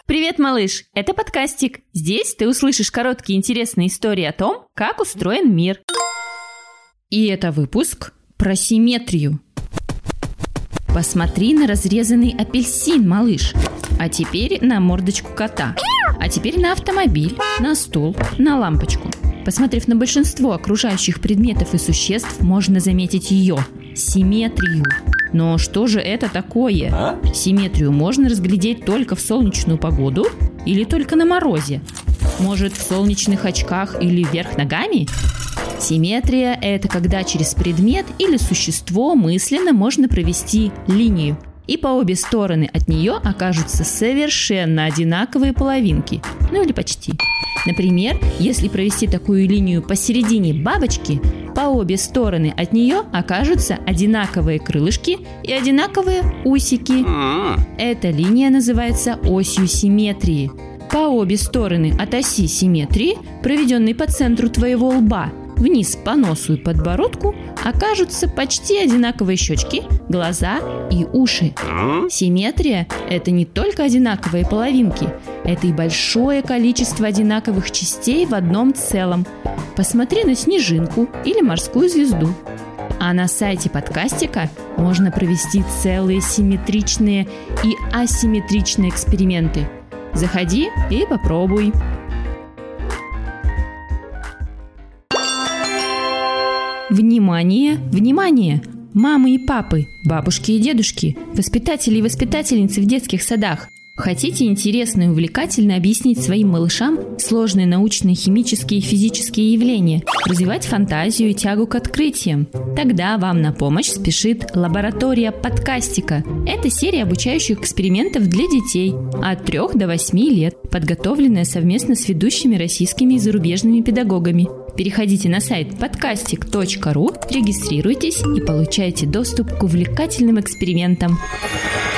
Привет, малыш! Это подкастик. Здесь ты услышишь короткие интересные истории о том, как устроен мир. И это выпуск про симметрию. Посмотри на разрезанный апельсин, малыш. А теперь на мордочку кота. А теперь на автомобиль, на стул, на лампочку. Посмотрев на большинство окружающих предметов и существ, можно заметить ее – симметрию. Но что же это такое? Симметрию можно разглядеть только в солнечную погоду или только на морозе? Может, в солнечных очках или вверх ногами? Симметрия – это когда через предмет или существо мысленно можно провести линию, и по обе стороны от нее окажутся совершенно одинаковые половинки, ну или почти. Например, если провести такую линию посередине бабочки, по обе стороны от нее окажутся одинаковые крылышки и одинаковые усики. Эта линия называется осью симметрии. По обе стороны от оси симметрии, проведенной по центру твоего лба, вниз по носу и подбородку, окажутся почти одинаковые щечки, глаза и уши. Симметрия – это не только одинаковые половинки, это и большое количество одинаковых частей в одном целом. Посмотри на снежинку или морскую звезду. А на сайте подкастика можно провести целые симметричные и асимметричные эксперименты. Заходи и попробуй. Внимание, внимание! Мамы и папы, бабушки и дедушки, воспитатели и воспитательницы в детских садах. Хотите интересно и увлекательно объяснить своим малышам сложные научные, химические и физические явления, развивать фантазию и тягу к открытиям? Тогда вам на помощь спешит лаборатория подкастика. Это серия обучающих экспериментов для детей от 3 до 8 лет, подготовленная совместно с ведущими российскими и зарубежными педагогами. Переходите на сайт podcastic.ru, регистрируйтесь и получайте доступ к увлекательным экспериментам.